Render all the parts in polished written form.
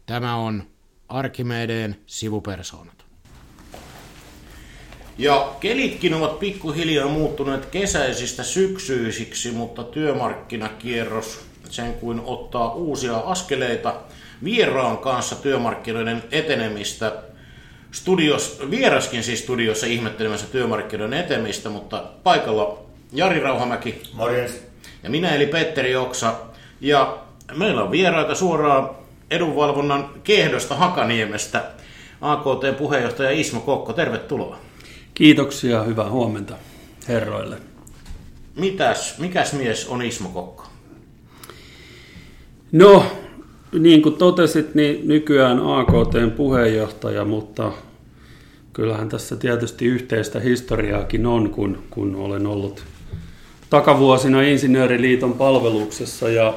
Tämä on Arkimedeen sivupersoonat. Ja kelitkin ovat pikkuhiljaa muuttuneet kesäisistä syksyisiksi, mutta työmarkkinakierros sen kuin ottaa uusia askeleita vieraan kanssa työmarkkinoiden etenemistä. Vieraskin siis studiossa ihmettelemässä työmarkkinoiden etenemistä, mutta paikalla Jari Rauhamäki. Morjens. Ja minä eli Petteri Oksa. Ja meillä on vieraita suoraan edunvalvonnan Kehdosta Hakaniemestä. AKT:n puheenjohtaja Ismo Kokko, tervetuloa. Kiitoksia, hyvää huomenta herroille. Mikäs mies on Ismo Kokko? No, niin kuin totesit, niin nykyään AKT:n puheenjohtaja, mutta kyllähän tässä tietysti yhteistä historiaakin on, kun olen ollut takavuosina Insinööriliiton palveluksessa ja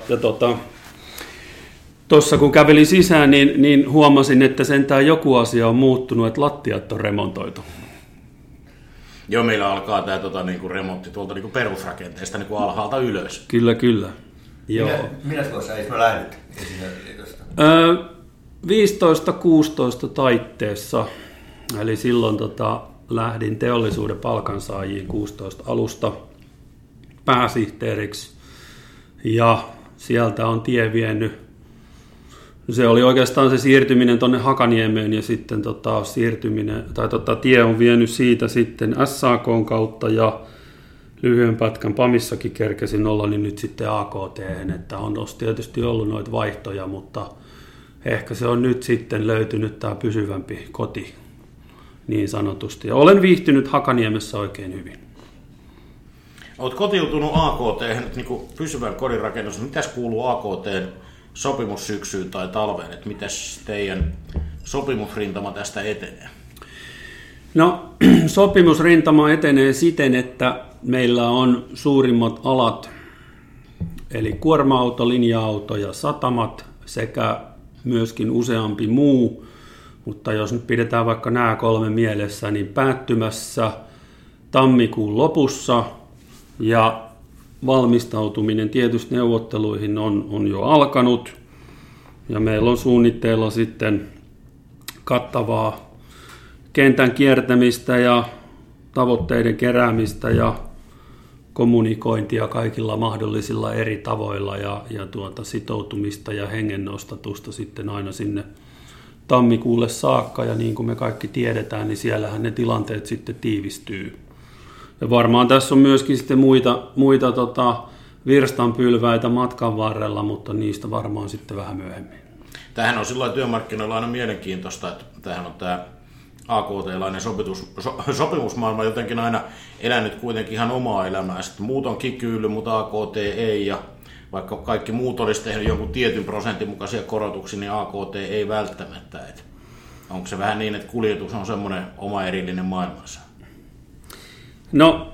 tuossa kun kävelin sisään, niin huomasin, että sentään joku asia on muuttunut, että lattiat on remontoitu. Joo, meillä alkaa tämä niinku remontti tuolta niinku perusrakenteesta niinku alhaalta ylös. Kyllä. Joo. Minä vuosi Ismo lähdit Insinööriliitosta? 15-16 taitteessa, eli silloin lähdin teollisuuden palkansaajiin 16 alusta pääsihteeriksi ja sieltä on tie vienyt. Se oli oikeastaan se siirtyminen tuonne Hakaniemeen ja sitten tie on vienyt siitä sitten SAK:n kautta ja lyhyen pätkän PAMissakin kerkesin olla, niin nyt sitten AKT:hen, että on tietysti ollut noita vaihtoja, mutta ehkä se on nyt sitten löytynyt tämä pysyvämpi koti niin sanotusti. Ja olen viihtynyt Hakaniemessä oikein hyvin. Olet kotiutunut AKT:hen nyt niin pysyvän kodin rakennus. Mitäs kuuluu AKT:n sopimussyksyyn tai talveen? Että mitäs teidän sopimusrintama tästä etenee? No, sopimusrintama etenee siten, että meillä on suurimmat alat, eli kuorma-auto, linja-auto ja satamat sekä myöskin useampi muu, mutta jos nyt pidetään vaikka nämä kolme mielessä, niin päättymässä tammikuun lopussa ja valmistautuminen tietysti neuvotteluihin on jo alkanut ja meillä on suunnitteilla sitten kattavaa kentän kiertämistä ja tavoitteiden keräämistä ja kommunikointia kaikilla mahdollisilla eri tavoilla ja sitoutumista ja hengennostatusta sitten aina sinne tammikuulle saakka. Ja niin kuin me kaikki tiedetään, niin siellähän ne tilanteet sitten tiivistyy. Ja varmaan tässä on myöskin sitten muita virstanpylväitä matkan varrella, mutta niistä varmaan sitten vähän myöhemmin. Tämähän on silloin työmarkkinoilla aina mielenkiintoista, että tämähän on tämä AKT-lainen sopimusmaailma jotenkin aina elänyt kuitenkin ihan omaa elämää. Sitten muut on kikyillyt, mutta AKT ei. Ja vaikka kaikki muut olisi tehnyt jonkun tietyn prosentin mukaisia korotuksia, niin AKT ei välttämättä. Onko se vähän niin, että kuljetus on semmoinen oma erillinen maailmansa? No,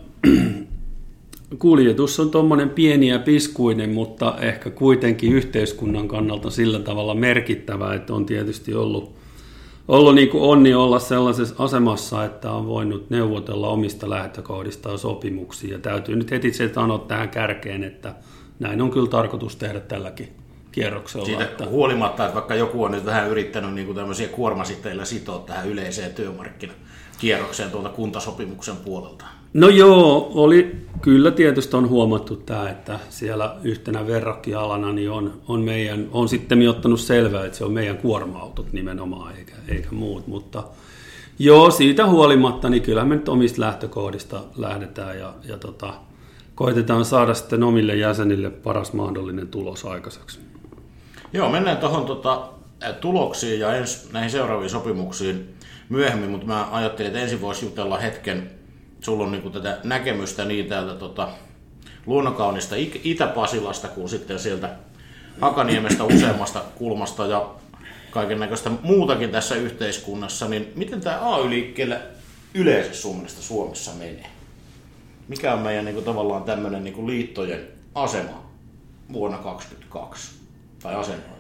kuljetus on tuommoinen pieni ja piskuinen, mutta ehkä kuitenkin yhteiskunnan kannalta sillä tavalla merkittävä, että on tietysti ollut niin kuin onni olla sellaisessa asemassa, että on voinut neuvotella omista lähtökohdistaan sopimuksia. Ja täytyy nyt heti se sanoa tähän kärkeen, että näin on kyllä tarkoitus tehdä tälläkin kierroksella. Siitä huolimatta, että vaikka joku on nyt vähän yrittänyt niin kuin tämmöisiä kuormasiteillä sitoa tähän yleiseen työmarkkinakierrokseen tuolta kuntasopimuksen puolelta. No joo, kyllä tietysti on huomattu tämä, että siellä yhtenä verrokkialana niin on sitten ottanut selvää, että se on meidän kuorma-autot nimenomaan eikä muut, mutta joo, siitä huolimatta, niin kyllä me nyt omista lähtökohdista lähdetään ja koitetaan saada sitten omille jäsenille paras mahdollinen tulos aikaiseksi. Joo, mennään tuohon tuloksiin ja näihin seuraaviin sopimuksiin myöhemmin, mutta mä ajattelin, että ensin voisi jutella hetken. Sulla on niinku tätä näkemystä niin täältä luonnonkaunista Itä-Pasilasta kuin sitten sieltä Hakaniemestä useammasta kulmasta ja kaiken näköistä muutakin tässä yhteiskunnassa, niin miten tämä AY-liikkeelle yleisesti sun mielestä Suomessa menee? Mikä on meidän niinku tavallaan tämmöinen niinku liittojen asema vuonna 2022 tai asennoituminen?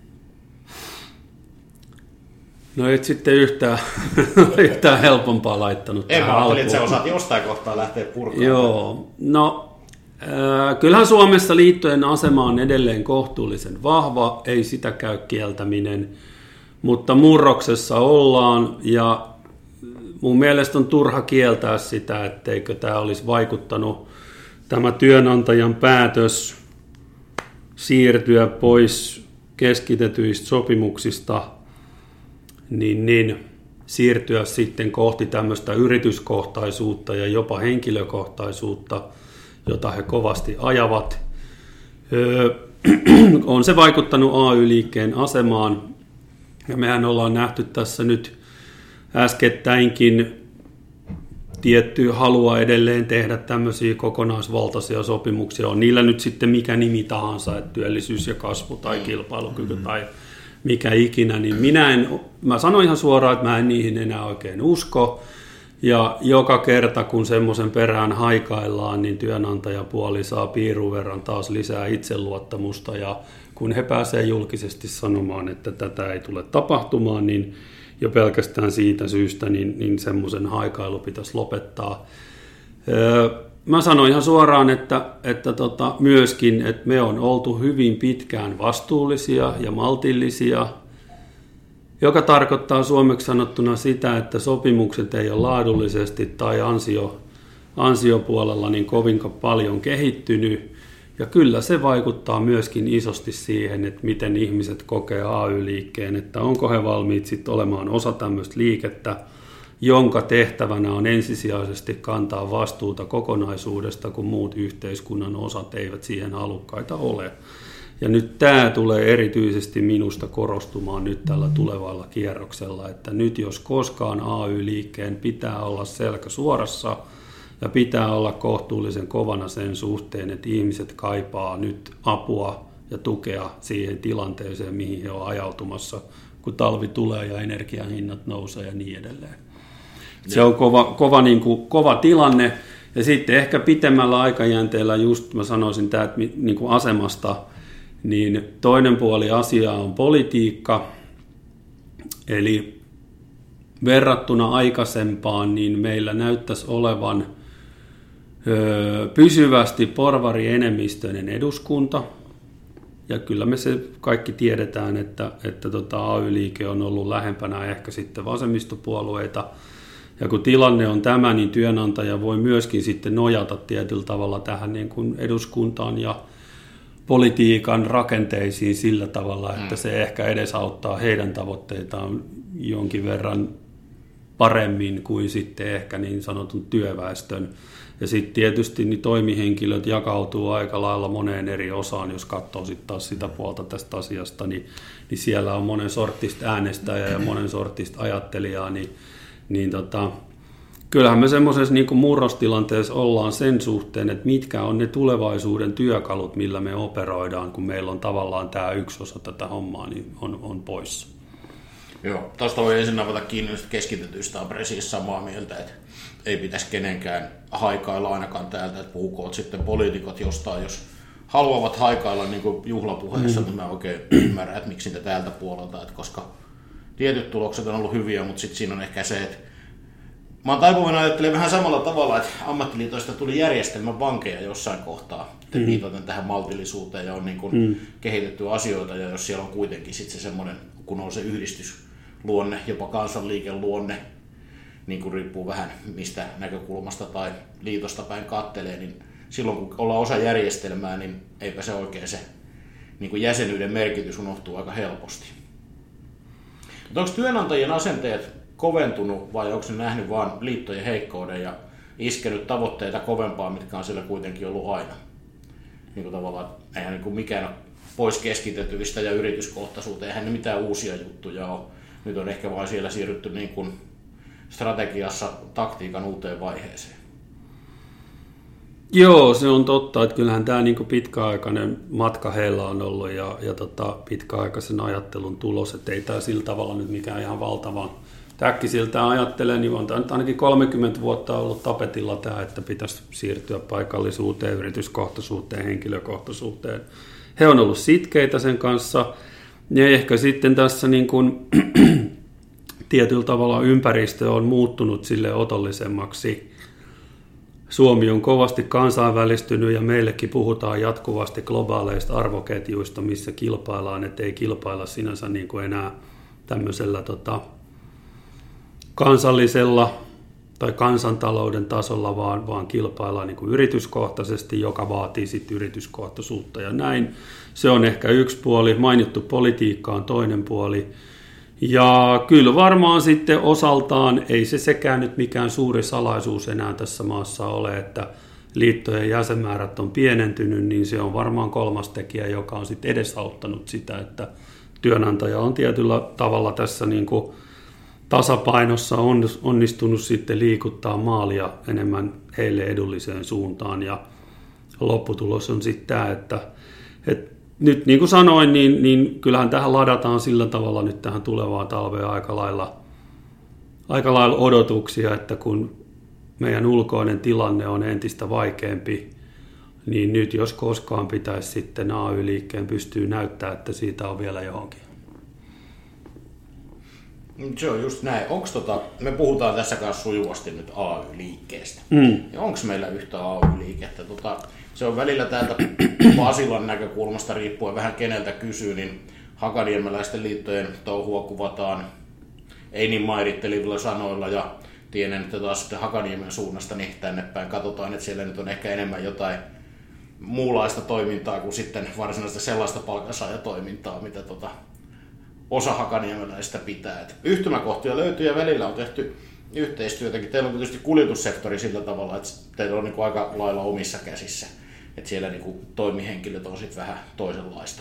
No et sitten yhtään helpompaa laittanut. En mä ajattelin, että sä osaat jostain kohtaa lähteä purkamaan. Joo, no kyllähän Suomessa liittojen asema on edelleen kohtuullisen vahva, ei sitä käy kieltäminen. Mutta murroksessa ollaan ja mun mielestä on turha kieltää sitä, etteikö tämä olisi vaikuttanut tämä työnantajan päätös siirtyä pois keskitetyistä sopimuksista, niin siirtyä sitten kohti tämmöistä yrityskohtaisuutta ja jopa henkilökohtaisuutta, jota he kovasti ajavat. On se vaikuttanut AY-liikkeen asemaan, ja mehän ollaan nähty tässä nyt äskettäinkin tiettyä halua edelleen tehdä tämmöisiä kokonaisvaltaisia sopimuksia. On niillä nyt sitten mikä nimi tahansa, että työllisyys ja kasvu tai kilpailukyky tai mikä ikinä, niin mä sanon ihan suoraan, että mä en niihin enää oikein usko. Ja joka kerta, kun semmoisen perään haikaillaan, niin työnantajapuoli saa piirun verran taas lisää itseluottamusta. Ja kun he pääsevät julkisesti sanomaan, että tätä ei tule tapahtumaan, niin jo pelkästään siitä syystä niin semmoisen haikailu pitäisi lopettaa. Mä sanon ihan suoraan, että myöskin, että me on oltu hyvin pitkään vastuullisia ja maltillisia, joka tarkoittaa suomeksi sanottuna sitä, että sopimukset ei ole laadullisesti tai ansiopuolella niin kovinkaan paljon kehittynyt. Ja kyllä se vaikuttaa myöskin isosti siihen, että miten ihmiset kokee AY-liikkeen, että onko he valmiit sitten olemaan osa tämmöistä liikettä, jonka tehtävänä on ensisijaisesti kantaa vastuuta kokonaisuudesta, kun muut yhteiskunnan osat eivät siihen halukkaita ole. Ja nyt tämä tulee erityisesti minusta korostumaan nyt tällä tulevalla kierroksella, että nyt jos koskaan AY-liikkeen pitää olla selkä suorassa ja pitää olla kohtuullisen kovana sen suhteen, että ihmiset kaipaa nyt apua ja tukea siihen tilanteeseen, mihin he ovat ajautumassa, kun talvi tulee ja energiahinnat nousee ja niin edelleen. Se on kova tilanne. Ja sitten ehkä pitemmällä aikajänteellä just mä sanoisin tämä, että niin kuin asemasta, niin toinen puoli asiaa on politiikka. Eli verrattuna aikaisempaan, niin meillä näyttäisi olevan pysyvästi porvarienemmistöinen eduskunta. Ja kyllä me se kaikki tiedetään, että AY-liike on ollut lähempänä ehkä sitten vasemmistopuolueita. Ja kun tilanne on tämä, niin työnantaja voi myöskin sitten nojata tietyllä tavalla tähän niin kuin eduskuntaan ja politiikan rakenteisiin sillä tavalla, että se ehkä edesauttaa heidän tavoitteitaan jonkin verran paremmin kuin sitten ehkä niin sanotun työväestön. Ja sitten tietysti niin toimihenkilöt jakautuu aika lailla moneen eri osaan, jos katsoo sitten taas sitä puolta tästä asiasta, niin siellä on monen sortista äänestäjää ja monen sortista ajattelijaa, niin kyllähän me semmoisessa niin kuin murrostilanteessa ollaan sen suhteen, että mitkä on ne tulevaisuuden työkalut, millä me operoidaan, kun meillä on tavallaan tämä yksi osa tätä hommaa, niin on poissa. Joo, tuosta voi ensin avata kiinni keskitetyistä, on siis samaa mieltä, että ei pitäisi kenenkään haikailla ainakaan täältä, että puhukoot sitten poliitikot jostain, jos haluavat haikailla niin kuin juhlapuheessa, niin mä oikein ymmärrän, että miksi niitä täältä puolelta, että koska tietyt tulokset on ollut hyviä, mutta sitten siinä on ehkä se, että mä oon taipuvainen ajattelemaan vähän samalla tavalla, että ammattiliitoista tuli järjestelmän vankeja jossain kohtaa, viitaten tähän maltillisuuteen ja on niin kuin kehitetty asioita, ja jos siellä on kuitenkin sitten se semmoinen, kun on se yhdistysluonne, jopa kansanliikeluonne, niin kuin riippuu vähän mistä näkökulmasta tai liitosta päin kattelee, niin silloin kun ollaan osa järjestelmää, niin eipä se oikein se niin kuin jäsenyyden merkitys unohtuu aika helposti. Mutta onko työnantajien asenteet koventunut vai onko ne nähnyt vain liittojen heikkouden ja iskenyt tavoitteita kovempaa, mitkä on siellä kuitenkin ollut aina? Niin kuin tavallaan, eihän niin kuin mikään ole pois keskitetyistä ja yrityskohtaisuuteen, eihän ne mitään uusia juttuja ole. Nyt on ehkä vain siellä siirrytty niin kuin strategiassa taktiikan uuteen vaiheeseen. Joo, se on totta, että kyllähän tämä niin kuin pitkäaikainen matka heillä on ollut ja pitkäaikaisen ajattelun tulos, että ei tämä sillä tavalla nyt mikään ihan valtavan äkkisiltä ajattelee, niin on tämä nyt ainakin 30 vuotta ollut tapetilla tämä, että pitäisi siirtyä paikallisuuteen, yrityskohtaisuuteen, henkilökohtaisuuteen. He on ollut sitkeitä sen kanssa ja ehkä sitten tässä niin kuin tietyllä tavalla ympäristö on muuttunut sille otollisemmaksi. Suomi on kovasti kansainvälistynyt ja meillekin puhutaan jatkuvasti globaaleista arvoketjuista, missä kilpaillaan, ettei kilpailla sinänsä niin kuin enää tämmöisellä kansallisella tai kansantalouden tasolla, vaan kilpaillaan niin kuin yrityskohtaisesti, joka vaatii sitten yrityskohtaisuutta ja näin. Se on ehkä yksi puoli, mainittu politiikka on toinen puoli. Ja kyllä varmaan sitten osaltaan, ei se sekään nyt mikään suuri salaisuus enää tässä maassa ole, että liittojen jäsenmäärät on pienentynyt, niin se on varmaan kolmas tekijä, joka on sitten edesauttanut sitä, että työnantaja on tietyllä tavalla tässä niin kuin tasapainossa onnistunut sitten liikuttaa maalia enemmän heille edulliseen suuntaan. Ja lopputulos on sitten tämä, että nyt niin kuin sanoin, niin kyllähän tähän ladataan sillä tavalla nyt tähän tulevaan talveen aika lailla odotuksia, että kun meidän ulkoinen tilanne on entistä vaikeampi, niin nyt jos koskaan pitäisi sitten AY-liikkeen pystyä näyttämään, että siitä on vielä johonkin. Se on just näin. Me puhutaan tässä kanssa sujuvasti nyt AY-liikkeestä. Ja onko meillä yhtä AY-liikettä? Se on välillä täältä Pasilan näkökulmasta riippuen vähän keneltä kysyy, niin hakaniemeläisten liittojen touhua kuvataan ei niin mairittelivilla sanoilla ja tiedän, että taas sitten Hakaniemen suunnasta niin tänne päin katsotaan, että siellä nyt on ehkä enemmän jotain muunlaista toimintaa kuin sitten varsinaista sellaista palkansaajatoimintaa, mitä osa hakaniemeläistä pitää. Et yhtymäkohtia löytyy ja välillä on tehty yhteistyötäkin. Teillä on tietysti kuljetussektori sillä tavalla, että teillä on aika lailla omissa käsissä. Että siellä toimihenkilöt on sitten vähän toisenlaista.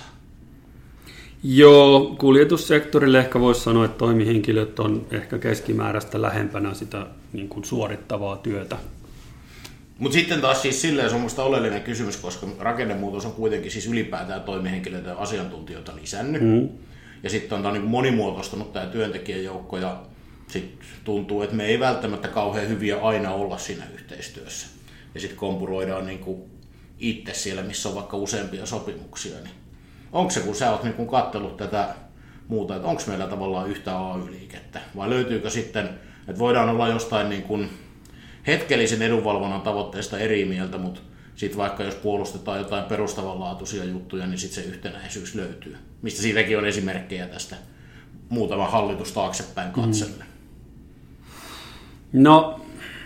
Joo, kuljetussektorille ehkä voisi sanoa, että toimihenkilöt on ehkä keskimääräistä lähempänä sitä niin kuin suorittavaa työtä. Mutta sitten taas siis silleen se on minusta oleellinen kysymys, koska rakennemuutos on kuitenkin siis ylipäätään toimihenkilöitä ja asiantuntijoita lisännyt. Ja sitten on niin monimuotoistunut tämä työntekijäjoukko ja sitten tuntuu, että me ei välttämättä kauhean hyviä aina olla siinä yhteistyössä. Ja sitten kompuroidaan niin kuin itse siellä, missä on vaikka useampia sopimuksia. Niin onko se, kun sä oot niin katsellut tätä muuta, että onko meillä tavallaan yhtä AY-liikettä? Vai löytyykö sitten, että voidaan olla jostain niin kuin hetkellisen edunvalvonnan tavoitteista eri mieltä, mutta sitten vaikka jos puolustetaan jotain perustavanlaatuisia juttuja, niin sitten se yhtenäisyys löytyy. Mistä siitäkin on esimerkkejä tästä muutama hallitus taaksepäin katselle. No,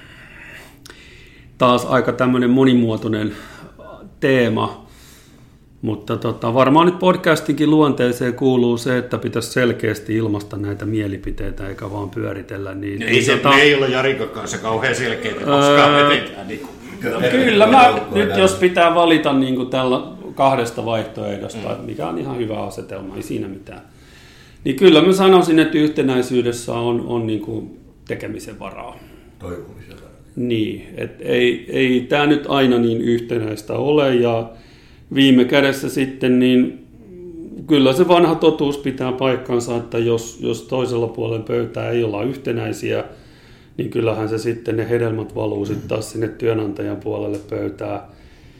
taas aika tämmöinen monimuotoinen teema, mutta varmaan nyt podcastinkin luonteeseen kuuluu se, että pitäisi selkeästi ilmaista näitä mielipiteitä eikä vaan pyöritellä niitä. Me ei ole Jarikon kanssa kauhean selkeitä, koska vedetään niin kuin. Kyllä, nyt jos pitää valita niin kuin tällä kahdesta vaihtoehdosta, mikä on ihan hyvä asetelma, ei siinä mitään, niin kyllä mä sanoisin, että yhtenäisyydessä on niin kuin tekemisen varaa. Toivomisen varaa. Niin, että ei tämä nyt aina niin yhtenäistä ole ja viime kädessä sitten niin kyllä se vanha totuus pitää paikkansa, että jos toisella puolen pöytää ei olla yhtenäisiä, niin kyllähän se sitten ne hedelmät valuu sitten taas sinne työnantajan puolelle pöytää.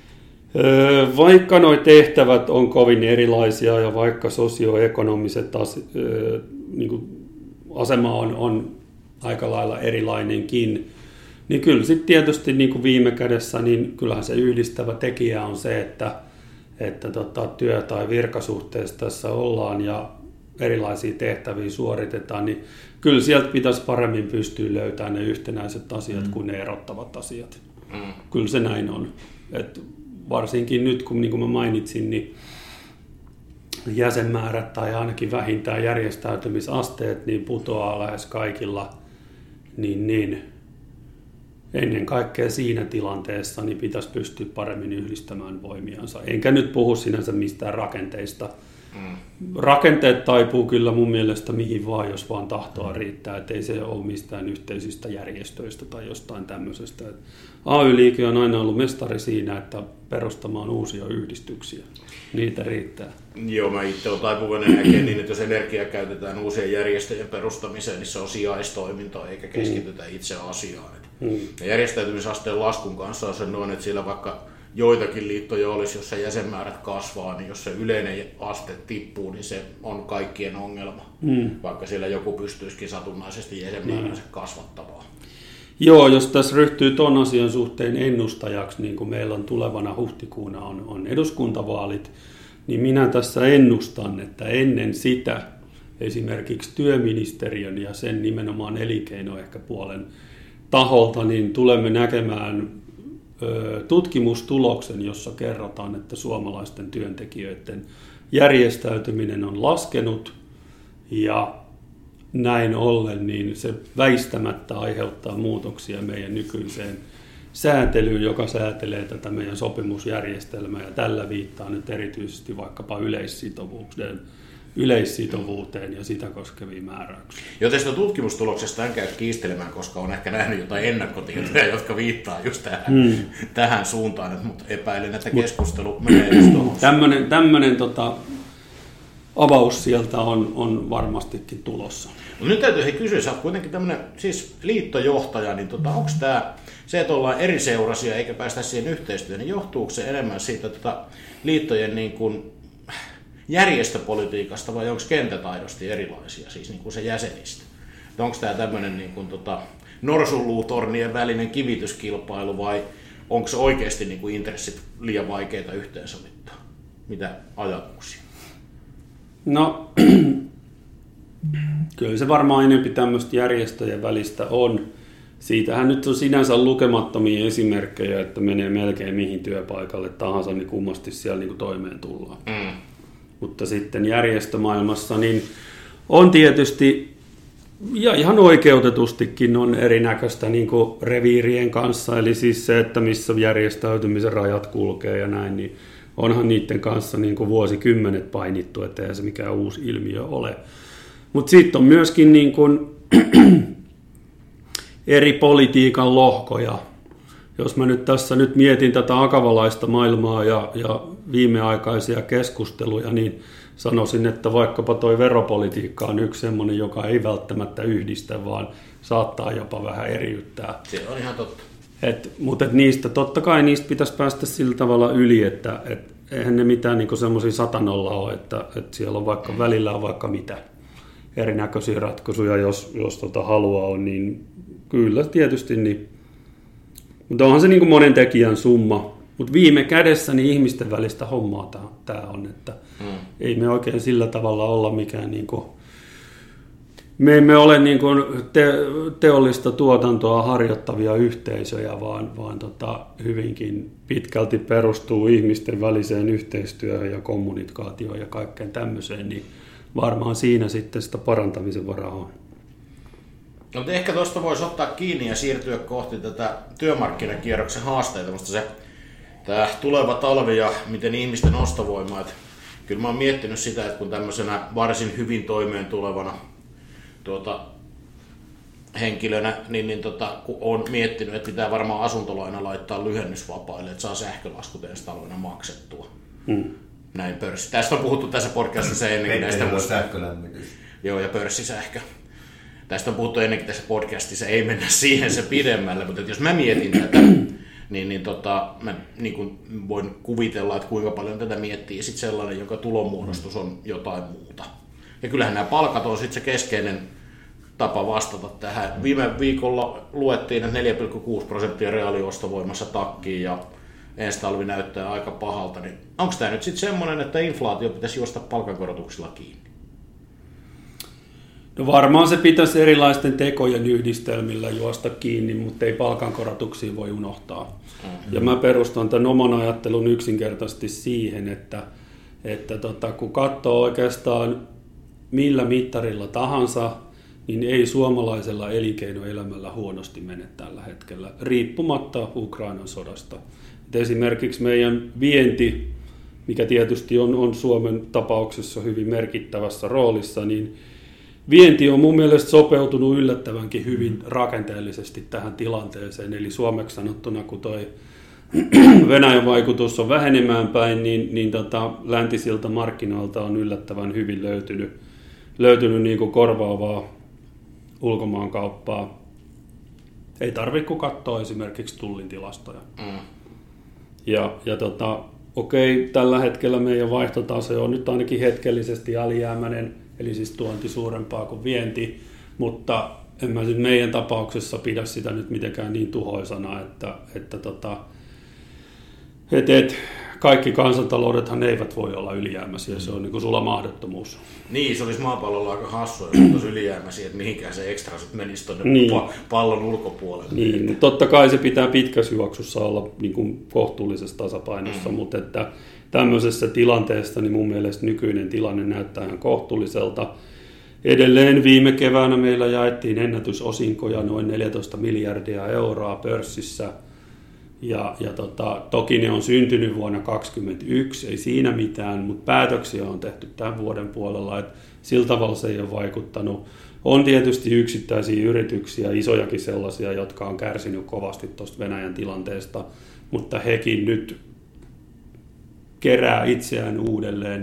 Vaikka nuo tehtävät on kovin erilaisia ja vaikka sosioekonomiset niin kuin asema on aika lailla erilainenkin, niin kyllä sitten tietysti niin kuin viime kädessä, niin kyllähän se yhdistävä tekijä on se, että työ- tai virkasuhteessa tässä ollaan ja erilaisia tehtäviä suoritetaan, niin kyllä sieltä pitäisi paremmin pystyä löytämään ne yhtenäiset asiat kuin ne erottavat asiat. Kyllä se näin on. Et varsinkin nyt, kun niin kuin mä mainitsin, niin jäsenmäärät tai ainakin vähintään järjestäytymisasteet niin putoaa lähes kaikilla, niin ennen kaikkea siinä tilanteessa niin pitäisi pystyä paremmin yhdistämään voimiansa. Enkä nyt puhu sinänsä mistään rakenteista. Rakenteet taipuu kyllä mun mielestä mihin vaan, jos vaan tahtoa riittää. Et ei se ole mistään yhteisistä järjestöistä tai jostain tämmöisestä. AY-liike on aina ollut mestari siinä, että perustamaan uusia yhdistyksiä. Niitä riittää. Joo, mä itse olen taipuvainen näkemään niin, että jos energiaa käytetään uusien järjestöjen perustamiseen, niin se on sijaistoimintaa eikä keskitytä itse asiaan. Ja järjestäytymisasteen laskun kanssa on se noin, että siellä vaikka joitakin liittoja olisi, jos se jäsenmäärät kasvaa, niin jos se yleinen aste tippuu, niin se on kaikkien ongelma, vaikka siellä joku pystyisikin satunnaisesti jäsenmääränsä kasvattamaan. Joo, jos tässä ryhtyy tuon asian suhteen ennustajaksi, niin kuin meillä on tulevana huhtikuuna on eduskuntavaalit, niin minä tässä ennustan, että ennen sitä esimerkiksi työministeriön ja sen nimenomaan elinkeino-ehkä puolen taholta, niin tulemme näkemään tutkimustuloksen, jossa kerrotaan, että suomalaisten työntekijöiden järjestäytyminen on laskenut ja näin ollen niin se väistämättä aiheuttaa muutoksia meidän nykyiseen sääntelyyn, joka säätelee tätä meidän sopimusjärjestelmää ja tällä viittaa nyt erityisesti vaikkapa yleissitovuuteen ja sitä koskeviin määräyksiin. Joten sitä tutkimustuloksesta en käy kiistelemään, koska on ehkä nähnyt jotain ennakkotietoja, jotka viittaa just tähän suuntaan, mutta epäilen, että keskustelu menee just tuohon. Tämmöinen avaus sieltä on varmastikin tulossa. No nyt täytyy kysyä, sä oot kuitenkin tämmöinen siis liittojohtaja, niin onko tämä se, että ollaan eri seurasia eikä päästä siihen yhteistyöhön, niin johtuuko se enemmän siitä liittojen niin kuin järjestöpolitiikasta vai onko kenttätaidosti erilaisia, siis niin kuin se jäsenistä? Onko tämä tämmöinen niin kuin norsunluutornien välinen kivityskilpailu vai onko se oikeasti niin kuin intressit liian vaikeita yhteensovittaa? Mitä ajatuksia? No, kyllä se varmaan enemmän tämmöistä järjestöjen välistä on. Siitähän nyt on sinänsä lukemattomia esimerkkejä, että menee melkein mihin työpaikalle tahansa, niin kummasti siellä niin kuin toimeen tullaan. Mutta sitten järjestömaailmassa niin on tietysti, ja ihan oikeutetustikin on erinäköistä niin kuin reviirien kanssa, eli siis se, että missä järjestäytymisen rajat kulkee ja näin, niin onhan niiden kanssa niin kuin vuosikymmenet painittu, ettei se mikään uusi ilmiö ole. Mutta sitten on myöskin niin kuin eri politiikan lohkoja. Jos mä nyt tässä mietin tätä akavalaista maailmaa ja viimeaikaisia keskusteluja, niin sanoisin, että vaikkapa toi veropolitiikka on yksi semmoinen, joka ei välttämättä yhdistä, vaan saattaa jopa vähän eriyttää. Se on ihan totta. Mutta totta kai niistä pitäisi päästä sillä tavalla yli, että eihän ne mitään niinku semmoisia satanolla ole, että siellä on vaikka välillä on vaikka mitä erinäköisiä ratkaisuja, jos halua on, niin kyllä tietysti. Niin. Mutta onhan se niinku monen tekijän summa. Mutta viime kädessä niin ihmisten välistä hommaa tämä on, että ei me oikein sillä tavalla olla mikään niinku, me emme ole niin kuin teollista tuotantoa harjoittavia yhteisöjä, vaan hyvinkin pitkälti perustuu ihmisten väliseen yhteistyöhön ja kommunikaatioon ja kaikkeen tämmöiseen, niin varmaan siinä sitten sitä parantamisen varaa on. No, mutta ehkä tuosta voisi ottaa kiinni ja siirtyä kohti tätä työmarkkinakierroksen haasteita, mutta tämä tuleva talvi ja miten ihmisten ostovoima, että kyllä mä oon miettinyt sitä, että kun tämmöisenä varsin hyvin toimeen tulevana henkilönä, kun olen miettinyt, että pitää varmaan asuntolaina laittaa lyhennysvapaille, että saa sähkölaskut ensi talvena maksettua. Näin pörssi. Tästä on puhuttu tässä podcastissa ennenkin. Näistä sähkölämmitys. Joo, ja pörssisähkö. Tästä on puhuttu ennenkin tässä podcastissa, ei mennä siihen se pidemmälle, mutta jos mä mietin tätä, mä niin voin kuvitella, että kuinka paljon tätä miettii sit sellainen, joka tulonmuodostus on jotain muuta. Ja kyllähän nämä palkat on sitten se keskeinen tapa vastata tähän. Viime viikolla luettiin, että 4,6% reaaliostovoimassa takkiin ja ensi talvi näyttää aika pahalta. Niin onko tämä nyt sitten semmoinen, että inflaatio pitäisi juosta palkankorotuksilla kiinni? No varmaan se pitäisi erilaisten tekojen yhdistelmillä juosta kiinni, mutta ei palkankorotuksia voi unohtaa. Ja mä perustan tämän oman ajattelun yksinkertaisesti siihen, että kun katsoo oikeastaan millä mittarilla tahansa, niin ei suomalaisella elinkeinoelämällä huonosti mene tällä hetkellä, riippumatta Ukrainan sodasta. Et esimerkiksi meidän vienti, mikä tietysti on Suomen tapauksessa hyvin merkittävässä roolissa, niin vienti on mun mielestä sopeutunut yllättävänkin hyvin rakenteellisesti tähän tilanteeseen. Eli suomeksi sanottuna, kun toi Venäjän vaikutus on vähenemään päin, niin läntisiltä markkinoilta on yllättävän hyvin löytynyt niin kuin korvaavaa ulkomaankauppaa. Ei tarvitse kun katsoa esimerkiksi Tullin tilastoja. Okei, tällä hetkellä meidän vaihtotase on nyt ainakin hetkellisesti alijäämäinen, eli siis tuonti suurempaa kuin vienti, mutta en mä nyt meidän tapauksessa pidä sitä nyt mitenkään niin tuhoisana, että kaikki kansantaloudethan eivät voi olla ylijäämäisiä, se on niin kuin sulla mahdottomuus. Niin, se olisi maapallolla aika hassua, jos olisi ylijäämäisiä, että mihinkään se ekstra sitten menisi tuonne pallon ulkopuolelle. Niin, mutta totta kai se pitää pitkässä juoksussa olla niin kuin kohtuullisessa tasapainossa, mutta että tämmöisessä tilanteessa niin mun mielestä nykyinen tilanne näyttää ihan kohtuulliselta. Edelleen viime keväänä meillä jaettiin ennätysosinkoja noin 14 miljardia euroa pörssissä. Toki ne on syntynyt vuonna 2021, ei siinä mitään, mutta päätöksiä on tehty tämän vuoden puolella, että sillä tavalla se ei ole vaikuttanut. On tietysti yksittäisiä yrityksiä, isojakin sellaisia, jotka on kärsinyt kovasti tuosta Venäjän tilanteesta, mutta hekin nyt kerää itseään uudelleen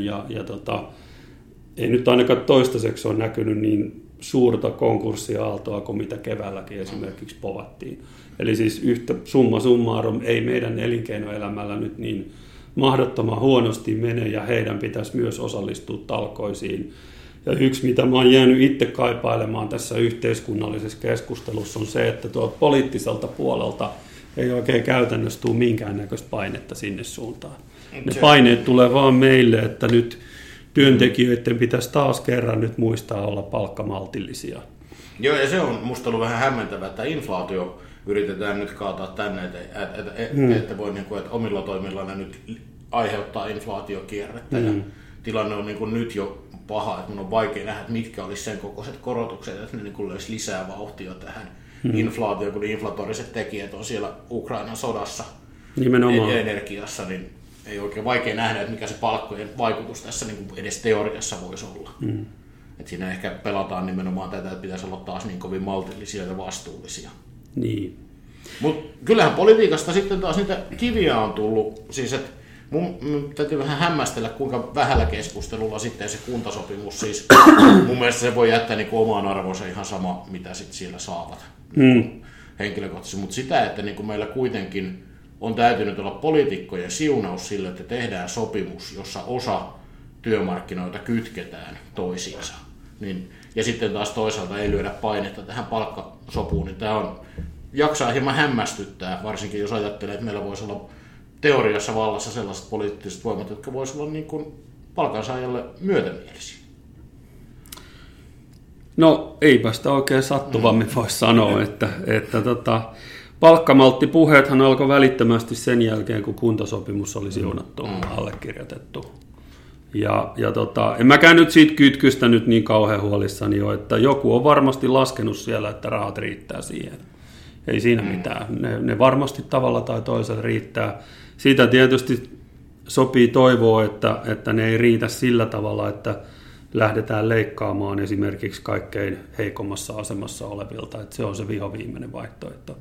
ei nyt ainakaan toistaiseksi ole näkynyt niin suurta konkurssiaaltoa kuin mitä keväälläkin esimerkiksi povattiin. Eli siis yhtä summa summarum ei meidän elinkeinoelämällä nyt niin mahdottoman huonosti mene ja heidän pitäisi myös osallistua talkoisiin. Ja yksi, mitä mä oon jäänyt itse kaipailemaan tässä yhteiskunnallisessa keskustelussa on se, että tuolta poliittiselta puolelta ei oikein käytännössä tule minkäännäköistä painetta sinne suuntaan. Ne paineet tulee vaan meille, että nyt työntekijöiden pitäisi taas kerran nyt muistaa olla palkkamaltillisia. Joo, ja se on musta ollut vähän hämmentävää, että inflaatio yritetään nyt kaataa tänne, että voi niin kuin, että omilla toimillaan nyt aiheuttaa inflaatiokierrettä. Ja tilanne on niin kuin nyt jo paha, että minun on vaikea nähdä, että mitkä olisi sen kokoiset korotukset, että ne niin kuin löisi lisää vauhtia tähän inflaatioon, kun inflatoriset tekijät on siellä Ukrainan sodassa ja energiassa, niin ei oikein vaikea nähdä, että mikä se palkkojen vaikutus tässä niin kuin edes teoriassa voisi olla. Et siinä ehkä pelataan nimenomaan tätä, että pitäisi olla taas niin kovin maltillisia ja vastuullisia. Niin. Mutta kyllähän politiikasta sitten taas niitä kiviä on tullut. Siis että mun täytyy vähän hämmästellä, kuinka vähällä keskustelulla sitten se kuntasopimus. Siis mun mielestä se voi jättää niin kuin omaan arvoonsa ihan sama, mitä sitten siellä saavat henkilökohtaisesti. Mutta sitä, että niin kuin meillä kuitenkin on täytynyt olla poliitikkojen siunaus sille, että tehdään sopimus, jossa osa työmarkkinoita kytketään toisiinsa. Ja sitten taas toisaalta ei lyödä painetta tähän palkkasopuun, niin tämä jaksaa hieman hämmästyttää, varsinkin jos ajattelee, että meillä voisi olla teoriassa vallassa sellaiset poliittiset voimat, jotka voisivat olla niin kuin palkansaajalle myötämielisiä. No eipä sitä oikein sattuvammin voi sanoa, että palkkamalttipuheethan alkoi välittömästi sen jälkeen, kun kuntasopimus oli siunattu, allekirjoitettu. En mäkään nyt siitä kytkystä nyt niin kauhean huolissani ole, että joku on varmasti laskenut siellä, että rahat riittää siihen. Ei siinä mitään. Ne varmasti tavalla tai toisella riittää. Siitä tietysti sopii toivoa, että ne ei riitä sillä tavalla, että lähdetään leikkaamaan esimerkiksi kaikkein heikommassa asemassa olevilta. Että se on se vihoviimeinen vaihtoehto.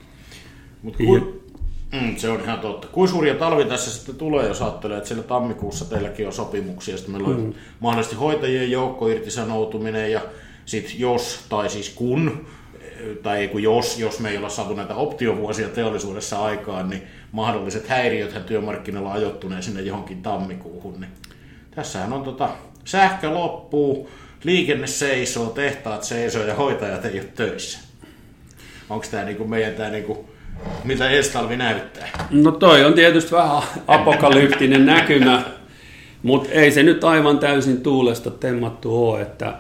Se on ihan totta. Kuinka suuria talvi tässä sitten tulee, jos ajattelee, että siellä tammikuussa teilläkin on sopimuksia, sitten meillä on mahdollisesti hoitajien joukkoirtisanoutuminen ja sitten jos me ei olla saatu näitä optiovuosia teollisuudessa aikaan, niin mahdolliset häiriöthän työmarkkinoilla ajoittuneen sinne johonkin tammikuuhun. Niin tässähän on sähkö loppuu, liikenne seisoo, tehtaat seisoo ja hoitajat ei ole töissä. Onko tämä niinku meidän miltä ensi talvi näyttää? No toi on tietysti vähän apokalyptinen näkymä, mutta ei se nyt aivan täysin tuulesta temmattu ole, että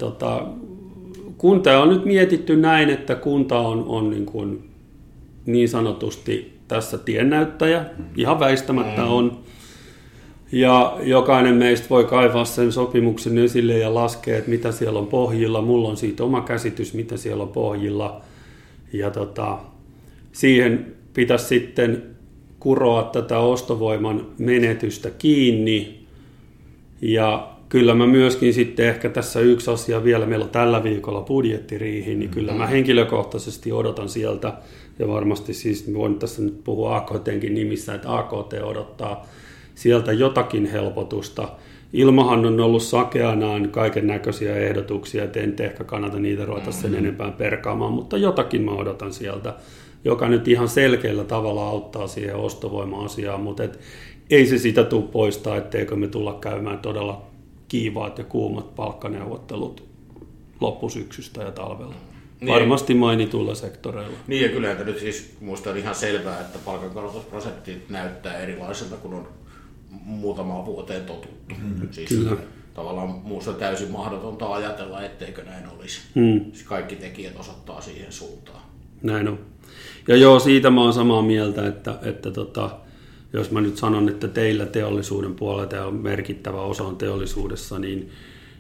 kunta on nyt mietitty näin, että kunta on niin sanotusti tässä tiennäyttäjä, ihan väistämättä on. Ja jokainen meistä voi kaivaa sen sopimuksen esille ja laskea, että mitä siellä on pohjilla. Mulla on siitä oma käsitys, mitä siellä on pohjilla. Ja siihen pitäisi sitten kuroa tätä ostovoiman menetystä kiinni. Ja kyllä mä myöskin sitten ehkä tässä yksi asia vielä, meillä on tällä viikolla budjettiriihi, niin kyllä mä henkilökohtaisesti odotan sieltä, ja varmasti siis voin tässä nyt puhua AKT:nkin nimissä, että AKT odottaa sieltä jotakin helpotusta. Ilmahan on ollut sakeanaan kaiken näköisiä ehdotuksia, että en ehkä kannata niitä ruveta sen enempää perkaamaan, mutta jotakin mä odotan sieltä, joka nyt ihan selkeällä tavalla auttaa siihen ostovoima-asiaan, mutta ei se sitä tule poistaa, etteikö me tulla käymään todella kiivaat ja kuumat palkkaneuvottelut loppusyksystä ja talvella. varmasti mainituilla sektoreilla. Niin ja kyllähän nyt siis muista on ihan selvää, että palkankorotusprosentit näyttää erilaiselta kuin on muutamaan vuoteen totuttu. Siis Kyllä. Tavallaan muusta täysin mahdotonta ajatella, etteikö näin olisi. Siis kaikki tekijät osoittaa siihen suuntaan. Näin on. Ja joo, siitä mä oon samaa mieltä, että jos mä nyt sanon, että teillä teollisuuden puolella, teillä on merkittävä osa on teollisuudessa, niin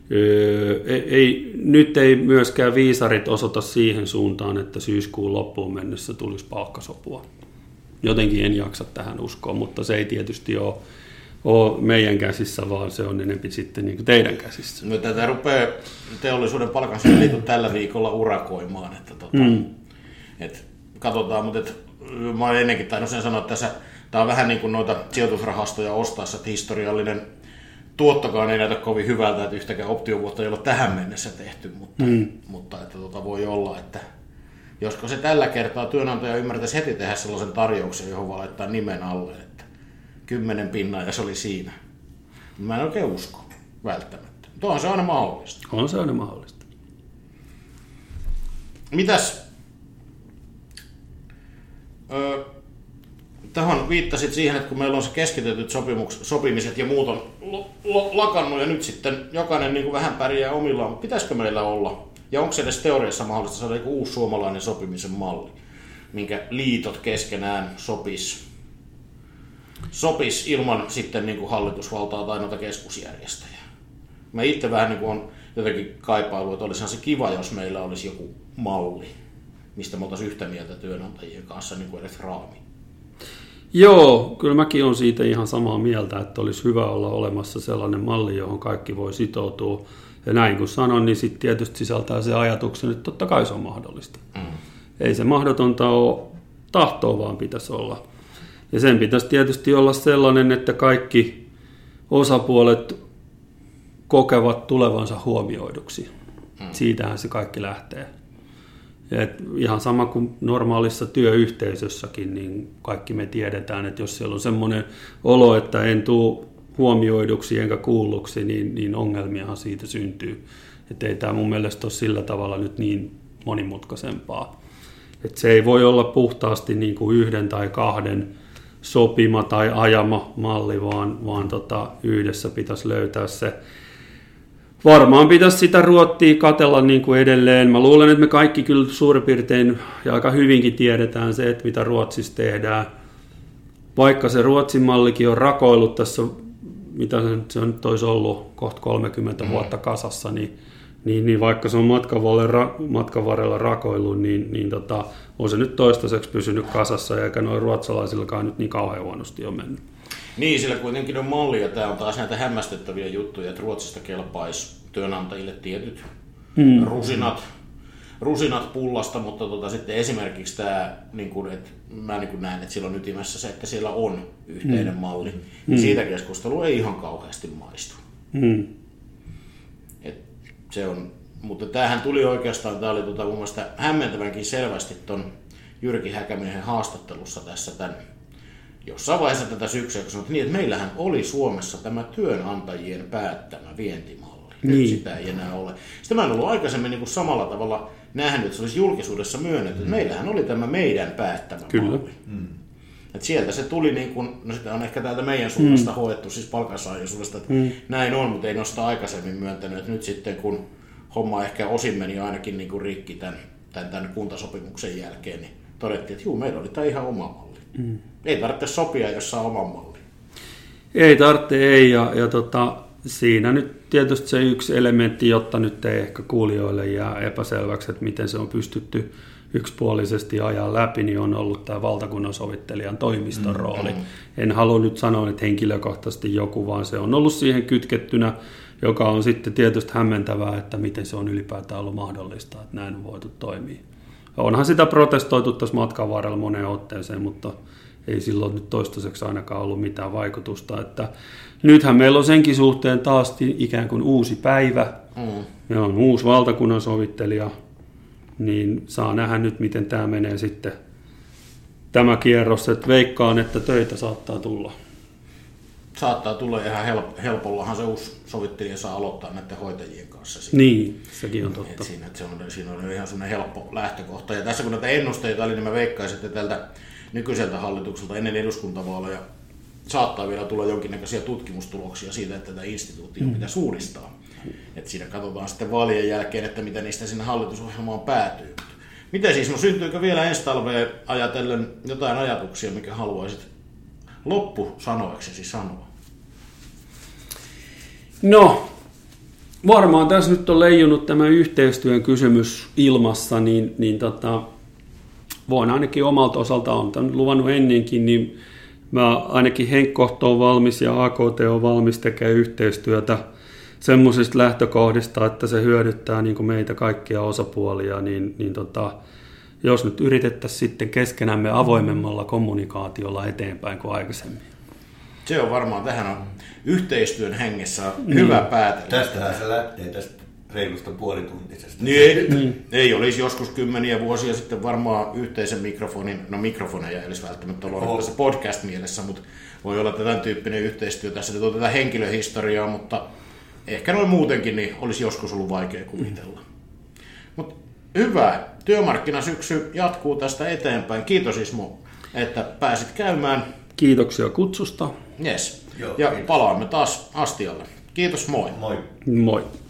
nyt ei myöskään viisarit osoita siihen suuntaan, että syyskuun loppuun mennessä tulisi palkkasopua. Jotenkin en jaksa tähän uskoa, mutta se ei tietysti ole meidän käsissä, vaan se on enemmän sitten niin kuin teidän käsissä. No, tätä rupeaa teollisuuden palkansaajaliiton tällä viikolla urakoimaan, että katsotaan, mutta mä olen ennenkin tainnut sen sanoa, että tämä on vähän niin kuin noita sijoitusrahastoja ostaessa, että historiallinen tuottokaan ei näytä kovin hyvältä, että yhtäkään optiovuotta ei ole tähän mennessä tehty, mutta että voi olla, että josko se tällä kertaa työnantaja ymmärtäisi heti tehdä sellaisen tarjouksen, johon voi laittaa nimen alle, että 10 pinnaa ja se oli siinä. Mä en oikein usko välttämättä, mutta on se aina mahdollista. On se aina mahdollista. Mitäs? Tähän viittasit siihen, että kun meillä on se keskitetyt sopimiset ja muut on lakannut ja nyt sitten jokainen niin kuin vähän pärjää omillaan, mutta pitäisikö meillä olla, ja onko se edes teoriassa mahdollista saada joku uusi suomalainen sopimisen malli, minkä liitot keskenään sopis ilman sitten niin kuin hallitusvaltaa tai noita keskusjärjestöjä. Mä itse vähän niin kuin on jotenkin kaipailu, että olisihan se kiva, jos meillä olisi joku malli, mistä me oltaisiin yhtä mieltä työnantajien kanssa, niin kuin edes raami. Joo, kyllä mäkin olen siitä ihan samaa mieltä, että olisi hyvä olla olemassa sellainen malli, johon kaikki voi sitoutua. Ja näin kun sanon, niin sitten tietysti sisältää se ajatuksen, että totta kai se on mahdollista. Ei se mahdotonta ole, tahtoa vaan pitäisi olla. Ja sen pitäisi tietysti olla sellainen, että kaikki osapuolet kokevat tulevansa huomioiduksi. Siitähän se kaikki lähtee. Et ihan sama kuin normaalissa työyhteisössäkin, niin kaikki me tiedetään, että jos siellä on semmoinen olo, että en tule huomioiduksi enkä kuulluksi, niin ongelmiahan siitä syntyy. Että ei tämä mun mielestä ole sillä tavalla nyt niin monimutkaisempaa. Et se ei voi olla puhtaasti niin kuin yhden tai kahden sopima tai ajama malli, vaan yhdessä pitäisi löytää se. Varmaan pitäisi sitä Ruottia katsella niin kuin edelleen. Mä luulen, että me kaikki kyllä suurin piirtein ja aika hyvinkin tiedetään se, että mitä Ruotsissa tehdään. Vaikka se Ruotsin mallikin on rakoillut tässä, mitä se nyt olisi ollut, kohta 30 vuotta kasassa, niin vaikka se on matkan varrella rakoillut, niin on se nyt toistaiseksi pysynyt kasassa, eikä noin ruotsalaisillakaan nyt niin kauhean huonosti ole mennyt. Niin, sillä kuitenkin on malli, ja tämä on taas näitä hämmästyttäviä juttuja, että Ruotsista kelpaisi työnantajille tietyt rusinat pullasta, mutta sitten esimerkiksi tämä, niin kun, että mä niin kun näen, että siellä on ytimessä se, että siellä on yhteinen malli, niin siitä keskustelu ei ihan kauheasti maistu. Se on, mutta tämähän tuli oikeastaan, tämä oli mun mielestä hämmentävänkin selvästi ton Jyrki Häkämiehen haastattelussa tässä tämän jossain vaiheessa tätä syksyä, kun sanottiin niin, että meillähän oli Suomessa tämä työnantajien päättämä vientimalli. Nyt sitä ei enää ole. Sitten mä en ollut aikaisemmin niin kuin samalla tavalla nähnyt, että se olisi julkisuudessa myönnetty, että meillähän oli tämä meidän päättämä malli. Et sieltä se tuli, niin kuin, no sitä on ehkä täältä meidän suunnasta hoettu, siis palkansaajien suunnasta, että näin on, mutta ei ole sitä aikaisemmin myöntänyt. Et nyt sitten kun homma ehkä osin meni ainakin niin kuin rikki tämän kuntasopimuksen jälkeen, niin todettiin, että juu, meillä oli tämä ihan oma malli. Ei tarvitse sopia, jos saa oman mallin. Ei tarvitse, ja siinä nyt tietysti se yksi elementti, jotta nyt ei ehkä kuulijoille jää epäselväksi, että miten se on pystytty yksipuolisesti ajaa läpi, niin on ollut tämä valtakunnan sovittelijan toimiston rooli. En halua nyt sanoa, että henkilökohtaisesti joku, vaan se on ollut siihen kytkettynä, joka on sitten tietysti hämmentävää, että miten se on ylipäätään ollut mahdollista, että näin on voitu toimia. Onhan sitä protestoitu tässä matkan varrella moneen otteeseen, mutta ei silloin nyt toistaiseksi ainakaan ollut mitään vaikutusta. Että nythän meillä on senkin suhteen taas ikään kuin uusi päivä. Meillä on uusi valtakunnan sovittelija, niin saa nähdä nyt, miten tämä menee sitten tämä kierros. Että veikkaan, että töitä saattaa tulla. saattaa tulla ihan helpollahan se uusi sovittelija saa aloittaa näiden hoitajien kanssa. Siinä. Niin, sekin on totta. Siinä on ihan sellainen helppo lähtökohta. Ja tässä kun näitä ennusteita oli, niin mä veikkaisin, että tältä nykyiseltä hallitukselta ennen eduskuntavaaleja saattaa vielä tulla jonkinnäköisiä tutkimustuloksia siitä, että tätä instituuttia pitäisi uudistaa. Että siinä katsotaan sitten vaalien jälkeen, että mitä niistä sinne hallitusohjelmaan päätyy. Miten siis, syntyykö vielä ensi talveen ajatellen jotain ajatuksia, mikä haluaisit loppusanoiksesi sanoa? No, varmaan tässä nyt on leijunut tämä yhteistyön kysymys ilmassa, niin voin ainakin omalta osalta, on tämän luvannut ennenkin, niin mä ainakin Henkko on valmis ja AKT on valmis tekemään yhteistyötä semmoisista lähtökohdista, että se hyödyttää niin kuin meitä kaikkia osapuolia, niin jos nyt yritettäisiin sitten keskenämme avoimemmalla kommunikaatiolla eteenpäin kuin aikaisemmin. Se on varmaan, tähän on yhteistyön hengessä hyvä päätelmä. Tästähän se lähtee tästä reilusta puolituntisesta. Ei olisi joskus kymmeniä vuosia sitten varmaan yhteisen mikrofonin, no mikrofoneja ei olisi välttämättä ollut tässä podcast-mielessä, mutta voi olla tämän tyyppinen yhteistyö. Tässä nyt on tätä henkilöhistoriaa, mutta ehkä noin muutenkin niin olisi joskus ollut vaikea kuvitella. Mutta hyvä, työmarkkinasyksy jatkuu tästä eteenpäin. Kiitos Ismo, että pääsit käymään. Kiitoksia kutsusta. Yes. Joo, ja kiitos. palaamme taas astialle. Kiitos, moi. Moi. Moi.